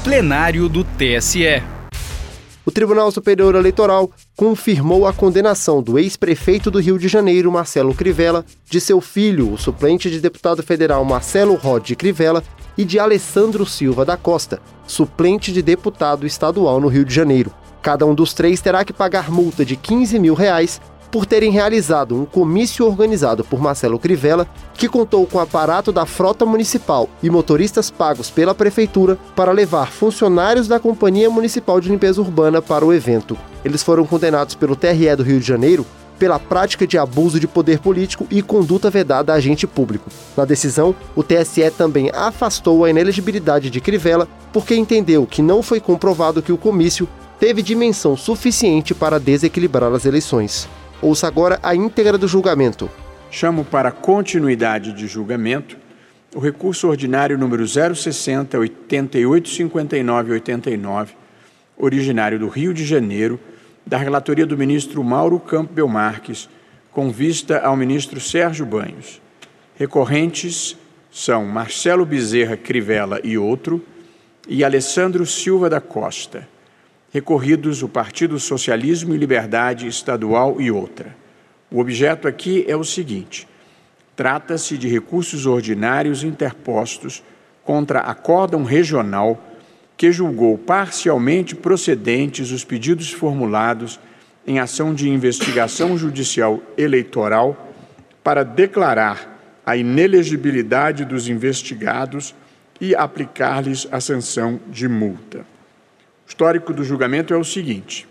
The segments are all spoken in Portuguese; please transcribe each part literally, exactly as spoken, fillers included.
plenário do T S E. O Tribunal Superior Eleitoral confirmou a condenação do ex-prefeito do Rio de Janeiro, Marcelo Crivella, de seu filho, o suplente de deputado federal Marcelo Rodi Crivella, e de Alessandro Silva da Costa, suplente de deputado estadual no Rio de Janeiro. Cada um dos três terá que pagar multa de quinze mil reais por terem realizado um comício organizado por Marcelo Crivella, que contou com o aparato da frota municipal e motoristas pagos pela prefeitura para levar funcionários da Companhia Municipal de Limpeza Urbana para o evento. Eles foram condenados pelo T R E do Rio de Janeiro pela prática de abuso de poder político e conduta vedada a agente público. Na decisão, o T S E também afastou a inelegibilidade de Crivella porque entendeu que não foi comprovado que o comício teve dimensão suficiente para desequilibrar as eleições. Ouça agora a íntegra do julgamento. Chamo para continuidade de julgamento o recurso ordinário número zero sessenta, oitenta e oito, cinquenta e nove, oitenta e nove, originário do Rio de Janeiro, da relatoria do ministro Mauro Campbell Marques, com vista ao ministro Sérgio Banhos. Recorrentes são Marcelo Bezerra Crivella e outro, e Alessandro Silva da Costa. Recorridos o Partido Socialismo e Liberdade Estadual e outra. O objeto aqui é o seguinte: trata-se de recursos ordinários interpostos contra acórdão regional que julgou parcialmente procedentes os pedidos formulados em ação de investigação judicial eleitoral para declarar a inelegibilidade dos investigados e aplicar-lhes a sanção de multa. O histórico do julgamento é o seguinte: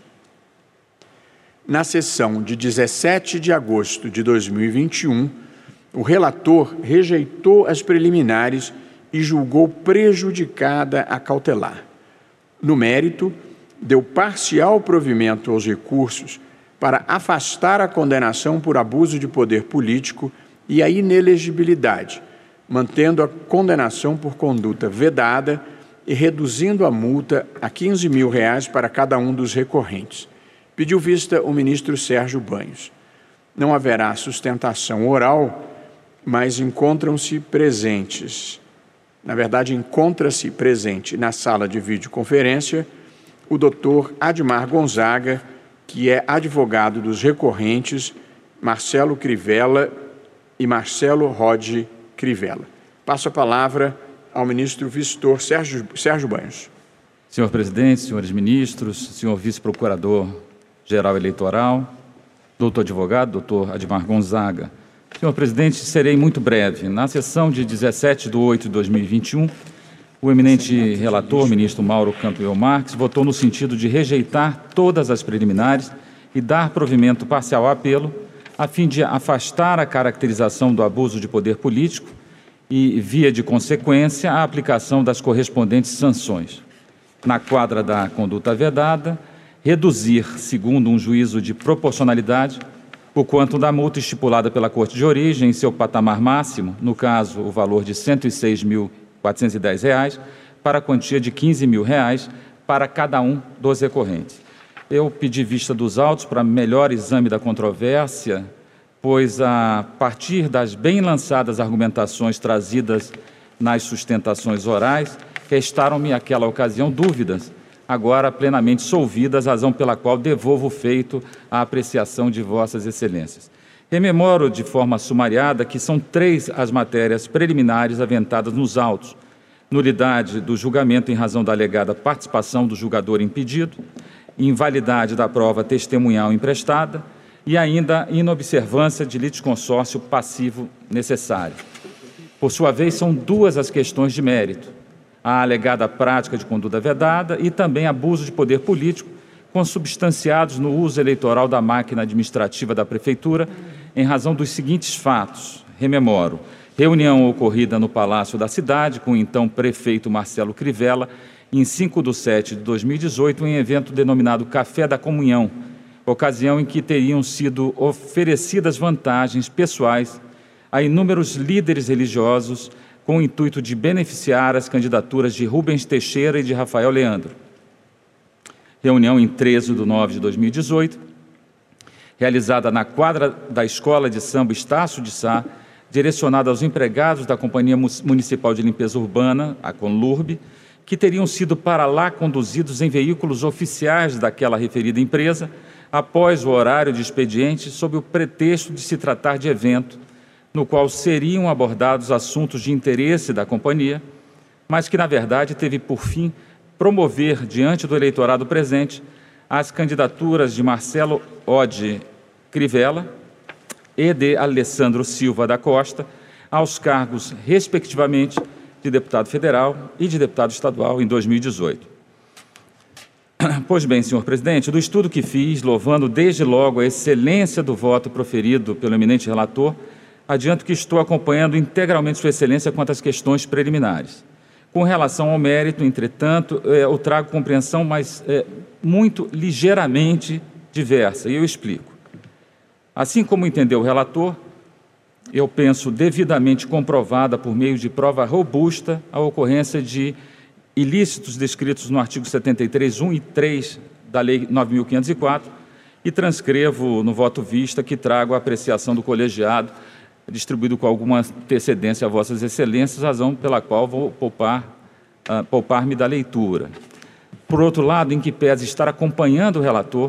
na sessão de dezessete de agosto de dois mil e vinte e um, o relator rejeitou as preliminares e julgou prejudicada a cautelar. No mérito, deu parcial provimento aos recursos para afastar a condenação por abuso de poder político e a inelegibilidade, mantendo a condenação por conduta vedada e reduzindo a multa a quinze mil reais para cada um dos recorrentes. Pediu vista o ministro Sérgio Banhos. Não haverá sustentação oral, mas encontram-se presentes. Na verdade, encontra-se presente na sala de videoconferência o doutor Admar Gonzaga, que é advogado dos recorrentes Marcelo Crivella e Marcelo Rodi Crivella. Passo a palavra ao ministro Vistor Sérgio, Sérgio Banhos. Senhor presidente, senhores ministros, senhor vice-procurador-geral eleitoral, doutor advogado, doutor Admar Gonzaga. Senhor presidente, serei muito breve. Na sessão de dezessete de oito de dois mil e vinte e um, o eminente relator, ministro Mauro Campbell Marques, votou no sentido de rejeitar todas as preliminares e dar provimento parcial ao apelo, a fim de afastar a caracterização do abuso de poder político e, via de consequência, a aplicação das correspondentes sanções. Na quadra da conduta vedada, reduzir, segundo um juízo de proporcionalidade, o quanto da multa estipulada pela Corte de Origem em seu patamar máximo, no caso, o valor de cento e seis mil quatrocentos e dez reais, para a quantia de quinze mil reais para cada um dos recorrentes. Eu pedi vista dos autos para melhor exame da controvérsia, pois, a partir das bem lançadas argumentações trazidas nas sustentações orais, restaram-me, àquela ocasião, dúvidas, agora plenamente solvidas, razão pela qual devolvo o feito à apreciação de vossas excelências. Rememoro de forma sumariada que são três as matérias preliminares aventadas nos autos: nulidade do julgamento em razão da alegada participação do julgador impedido, invalidade da prova testemunhal emprestada e ainda inobservância de litisconsórcio passivo necessário. Por sua vez, são duas as questões de mérito: a alegada prática de conduta vedada e também abuso de poder político, consubstanciados no uso eleitoral da máquina administrativa da Prefeitura, em razão dos seguintes fatos. Rememoro: reunião ocorrida no Palácio da Cidade com o então prefeito Marcelo Crivella, em cinco de setembro de dois mil e dezoito, em evento denominado Café da Comunhão, ocasião em que teriam sido oferecidas vantagens pessoais a inúmeros líderes religiosos com o intuito de beneficiar as candidaturas de Rubens Teixeira e de Rafael Leandro. Reunião em treze de nove de dois mil e dezoito, realizada na quadra da Escola de Samba Estácio de Sá, direcionada aos empregados da Companhia Municipal de Limpeza Urbana, a Conlurb, que teriam sido para lá conduzidos em veículos oficiais daquela referida empresa, após o horário de expediente, sob o pretexto de se tratar de evento, no qual seriam abordados assuntos de interesse da companhia, mas que, na verdade, teve por fim promover, diante do eleitorado presente, as candidaturas de Marcelo Oddi Crivella e de Alessandro Silva da Costa aos cargos, respectivamente, de deputado federal e de deputado estadual em dois mil e dezoito. Pois bem, senhor presidente, do estudo que fiz, louvando desde logo a excelência do voto proferido pelo eminente relator, adianto que estou acompanhando integralmente sua excelência quanto às questões preliminares. Com relação ao mérito, entretanto, eu trago compreensão, mas é, muito ligeiramente diversa, e eu explico. Assim como entendeu o relator, eu penso devidamente comprovada por meio de prova robusta a ocorrência de ilícitos descritos no artigo setenta e três, um e três da Lei nove mil quinhentos e quatro e transcrevo no voto vista que trago a apreciação do colegiado, distribuído com alguma antecedência a vossas excelências, razão pela qual vou poupar, uh, poupar-me da leitura. Por outro lado, em que pese estar acompanhando o relator,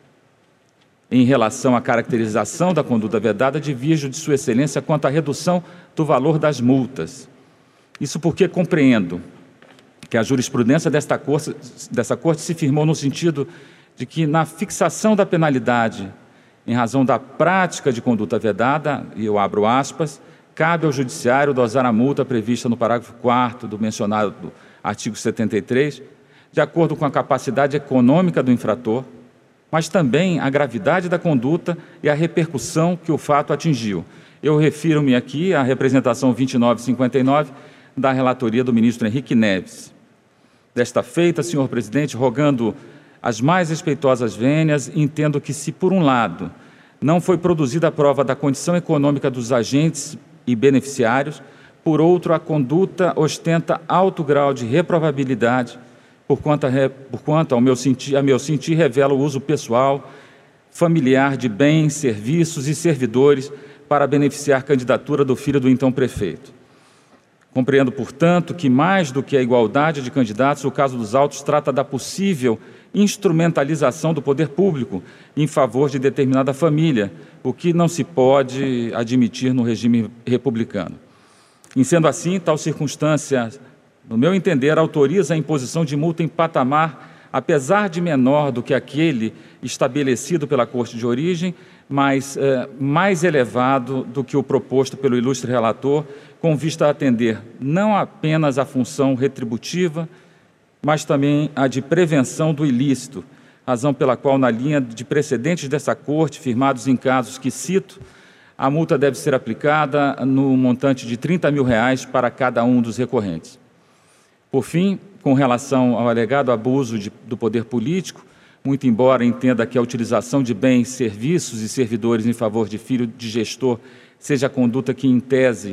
em relação à caracterização da conduta vedada, divirjo de sua excelência quanto à redução do valor das multas. Isso porque compreendo que a jurisprudência desta corte, dessa corte se firmou no sentido de que, na fixação da penalidade em razão da prática de conduta vedada, e eu abro aspas, cabe ao judiciário dosar a multa prevista no parágrafo quarto do mencionado do artigo setenta e três, de acordo com a capacidade econômica do infrator, mas também a gravidade da conduta e a repercussão que o fato atingiu. Eu refiro-me aqui à representação vinte e nove cinquenta e nove da relatoria do ministro Henrique Neves. Desta feita, senhor presidente, rogando as mais respeitosas vênias, entendo que se, por um lado, não foi produzida a prova da condição econômica dos agentes e beneficiários, por outro, a conduta ostenta alto grau de reprovabilidade, por quanto, a, por quanto ao meu sentir, a meu sentir, revela o uso pessoal, familiar de bens, serviços e servidores para beneficiar a candidatura do filho do então prefeito. Compreendo, portanto, que mais do que a igualdade de candidatos, o caso dos autos trata da possível instrumentalização do poder público em favor de determinada família, o que não se pode admitir no regime republicano. Em sendo assim, tal circunstância, no meu entender, autoriza a imposição de multa em patamar, apesar de menor do que aquele estabelecido pela Corte de origem, mas eh, mais elevado do que o proposto pelo ilustre relator, com vista a atender não apenas à função retributiva, mas também a de prevenção do ilícito, razão pela qual, na linha de precedentes dessa Corte, firmados em casos que cito, a multa deve ser aplicada no montante de trinta mil reais para cada um dos recorrentes. Por fim, com relação ao alegado abuso de, do poder político, muito embora entenda que a utilização de bens, serviços e servidores em favor de filho de gestor seja a conduta que, em tese,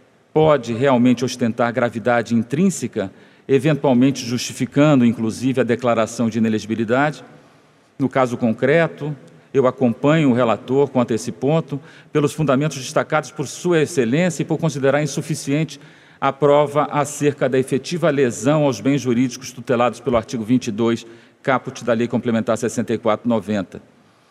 pode realmente ostentar gravidade intrínseca, eventualmente justificando, inclusive, a declaração de inelegibilidade. No caso concreto, eu acompanho o relator quanto a esse ponto, pelos fundamentos destacados por Sua Excelência e por considerar insuficiente a prova acerca da efetiva lesão aos bens jurídicos tutelados pelo artigo vinte e dois, caput da Lei Complementar sessenta e quatro noventa.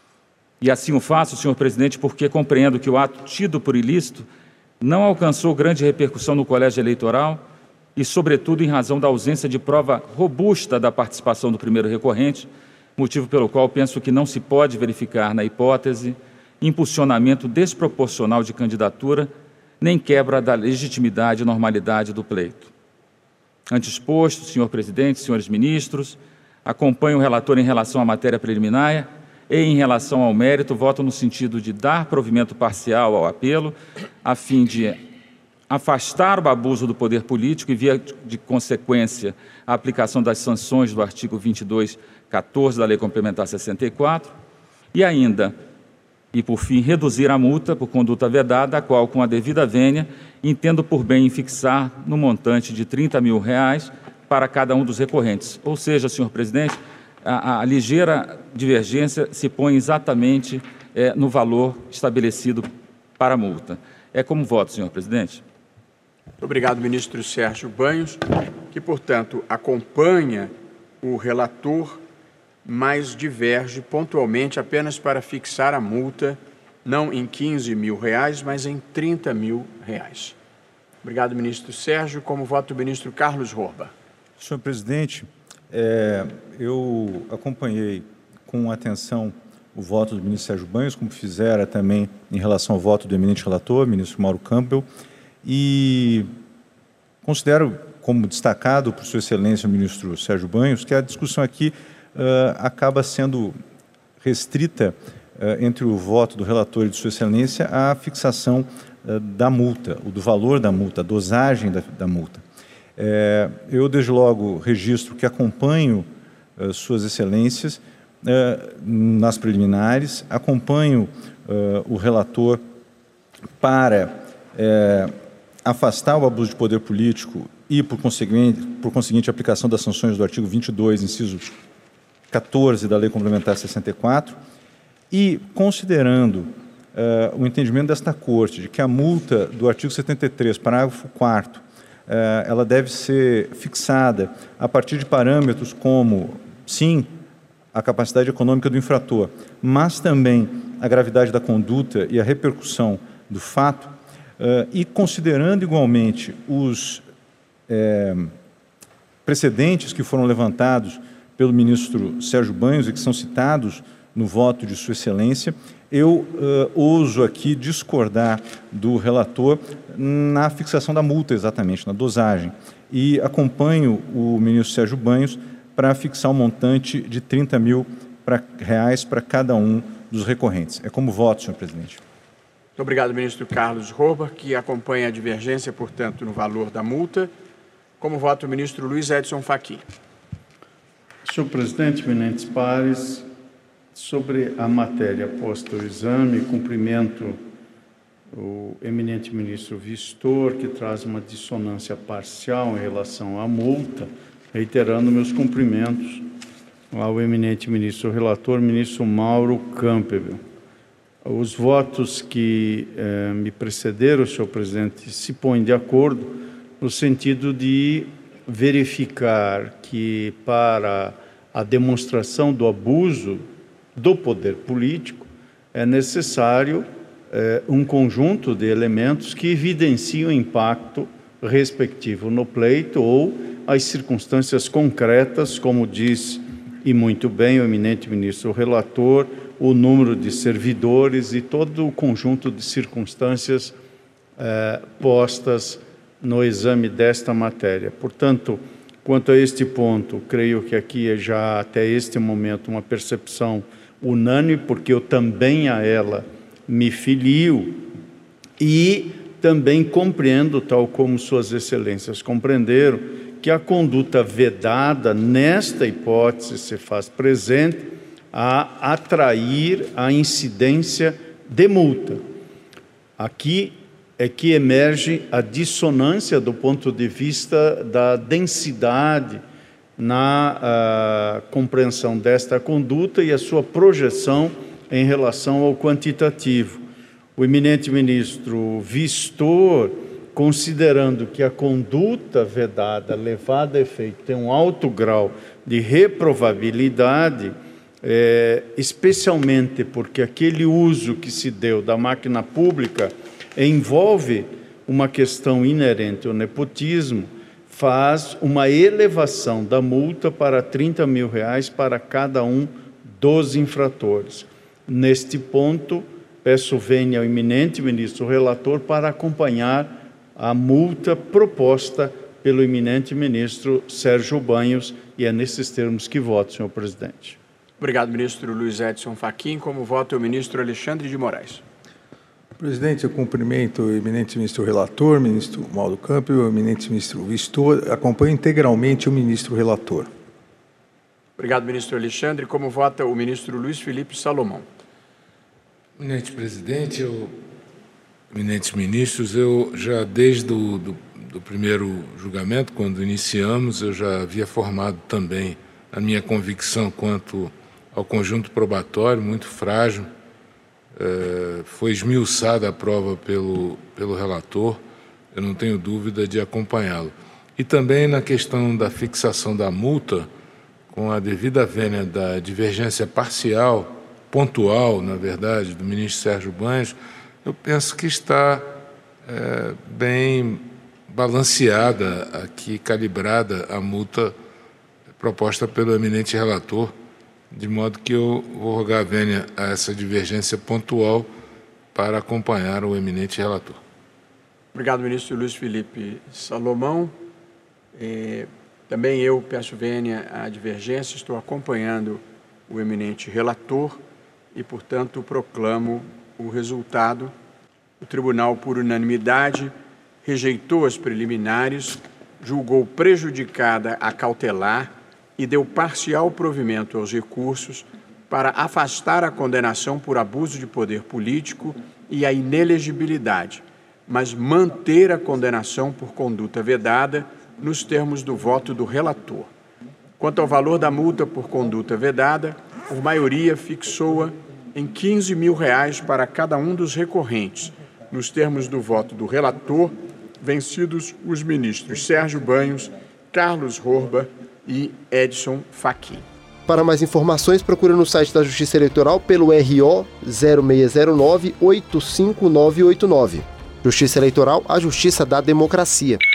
E assim o faço, senhor presidente, porque compreendo que o ato tido por ilícito não alcançou grande repercussão no colégio eleitoral e, sobretudo, em razão da ausência de prova robusta da participação do primeiro recorrente, motivo pelo qual penso que não se pode verificar, na hipótese, impulsionamento desproporcional de candidatura, nem quebra da legitimidade e normalidade do pleito. Ante exposto, senhor presidente, senhores ministros, acompanho o relator em relação à matéria preliminar e, em relação ao mérito, voto no sentido de dar provimento parcial ao apelo, a fim de afastar o abuso do poder político e, via de consequência, a aplicação das sanções do artigo vinte e dois, quatorze da Lei Complementar sessenta e quatro, e ainda, e por fim, reduzir a multa por conduta vedada, a qual, com a devida vênia, entendo por bem fixar no montante de trinta mil reais para cada um dos recorrentes. Ou seja, senhor presidente, a, a ligeira divergência se põe exatamente é, no valor estabelecido para a multa. É como voto, senhor presidente. Obrigado, ministro Sérgio Banhos, que, portanto, acompanha o relator, mas diverge pontualmente apenas para fixar a multa, não em quinze mil reais, mas em trinta mil reais. Obrigado, ministro Sérgio. Como voto o ministro Carlos Horba. Senhor presidente, é, eu acompanhei com atenção o voto do ministro Sérgio Banhos, como fizera também em relação ao voto do eminente relator, ministro Mauro Campbell, e considero como destacado por sua excelência o ministro Sérgio Banhos que a discussão aqui uh, acaba sendo restrita uh, entre o voto do relator e de sua excelência à fixação uh, da multa, o do valor da multa, a dosagem da, da multa. É, eu, desde logo, registro que acompanho uh, suas excelências uh, nas preliminares, acompanho uh, o relator para uh, afastar o abuso de poder político e, por conseguinte, por conseguinte, a aplicação das sanções do artigo vinte e dois, inciso quatorze da Lei Complementar sessenta e quatro, e considerando uh, o entendimento desta Corte de que a multa do artigo setenta e três, parágrafo quarto, uh, ela deve ser fixada a partir de parâmetros como, sim, a capacidade econômica do infrator, mas também a gravidade da conduta e a repercussão do fato, uh, e considerando igualmente os é, precedentes que foram levantados pelo ministro Sérgio Banhos e que são citados no voto de sua excelência, eu uh, ouso aqui discordar do relator na fixação da multa, exatamente, na dosagem, e acompanho o ministro Sérgio Banhos para fixar um montante de trinta mil reais para cada um dos recorrentes. É como voto, senhor presidente. Muito obrigado, ministro Carlos Horba, que acompanha a divergência, portanto, no valor da multa. Como voto o ministro Luiz Edson Fachin. Senhor presidente, eminentes pares, sobre a matéria posta ao exame, cumprimento o eminente ministro Vistor, que traz uma dissonância parcial em relação à multa, reiterando meus cumprimentos ao eminente ministro relator, ministro Mauro Campbell. Os votos que eh, me precederam, senhor presidente, se põem de acordo no sentido de verificar que, para a demonstração do abuso do poder político, é necessário eh, um conjunto de elementos que evidenciam o impacto respectivo no pleito ou as circunstâncias concretas, como diz, e muito bem, o eminente ministro relator, o número de servidores e todo o conjunto de circunstâncias eh, postas no exame desta matéria. Portanto, quanto a este ponto, creio que aqui é já até este momento uma percepção unânime, porque eu também a ela me filio e também compreendo, tal como suas excelências compreenderam, que a conduta vedada nesta hipótese se faz presente a atrair a incidência de multa. Aqui é que emerge a dissonância do ponto de vista da densidade na uh, compreensão desta conduta e a sua projeção em relação ao quantitativo. O eminente ministro Vistor, considerando que a conduta vedada levada a efeito tem um alto grau de reprovabilidade, é, especialmente porque aquele uso que se deu da máquina pública envolve uma questão inerente ao nepotismo, faz uma elevação da multa para trinta mil reais para cada um dos infratores. Neste ponto, peço venha ao eminente ministro relator para acompanhar a multa proposta pelo eminente ministro Sérgio Banhos, e é nesses termos que voto, senhor presidente. Obrigado, ministro Luiz Edson Fachin. Como voto o ministro Alexandre de Moraes. Presidente, eu cumprimento o eminente ministro relator, ministro Mauro Campbell, o eminente ministro Vistor, acompanho integralmente o ministro relator. Obrigado, ministro Alexandre. Como vota o ministro Luiz Felipe Salomão. Eminente presidente, eu, eminentes ministros, eu já desde o do, do primeiro julgamento, quando iniciamos, eu já havia formado também a minha convicção quanto ao conjunto probatório, muito frágil. Uh, foi esmiuçada a prova pelo, pelo relator, eu não tenho dúvida de acompanhá-lo. E também na questão da fixação da multa, com a devida vênia da divergência parcial, pontual, na verdade, do ministro Sérgio Banhos, eu penso que está é, bem balanceada aqui, calibrada a multa proposta pelo eminente relator, de modo que eu vou rogar a vênia a essa divergência pontual para acompanhar o eminente relator. Obrigado, ministro Luiz Felipe Salomão. É, também eu peço vênia à divergência, estou acompanhando o eminente relator e, portanto, proclamo o resultado. O tribunal, por unanimidade, rejeitou as preliminares, julgou prejudicada a cautelar e deu parcial provimento aos recursos para afastar a condenação por abuso de poder político e a inelegibilidade, mas manter a condenação por conduta vedada nos termos do voto do relator. Quanto ao valor da multa por conduta vedada, por maioria fixou-a em quinze mil reais para cada um dos recorrentes, nos termos do voto do relator, vencidos os ministros Sérgio Banhos, Carlos Horba e Edson Fachin. Para mais informações, procure no site da Justiça Eleitoral pelo R O zero seis zero nove oito cinco nove oito nove. Justiça Eleitoral, a justiça da democracia.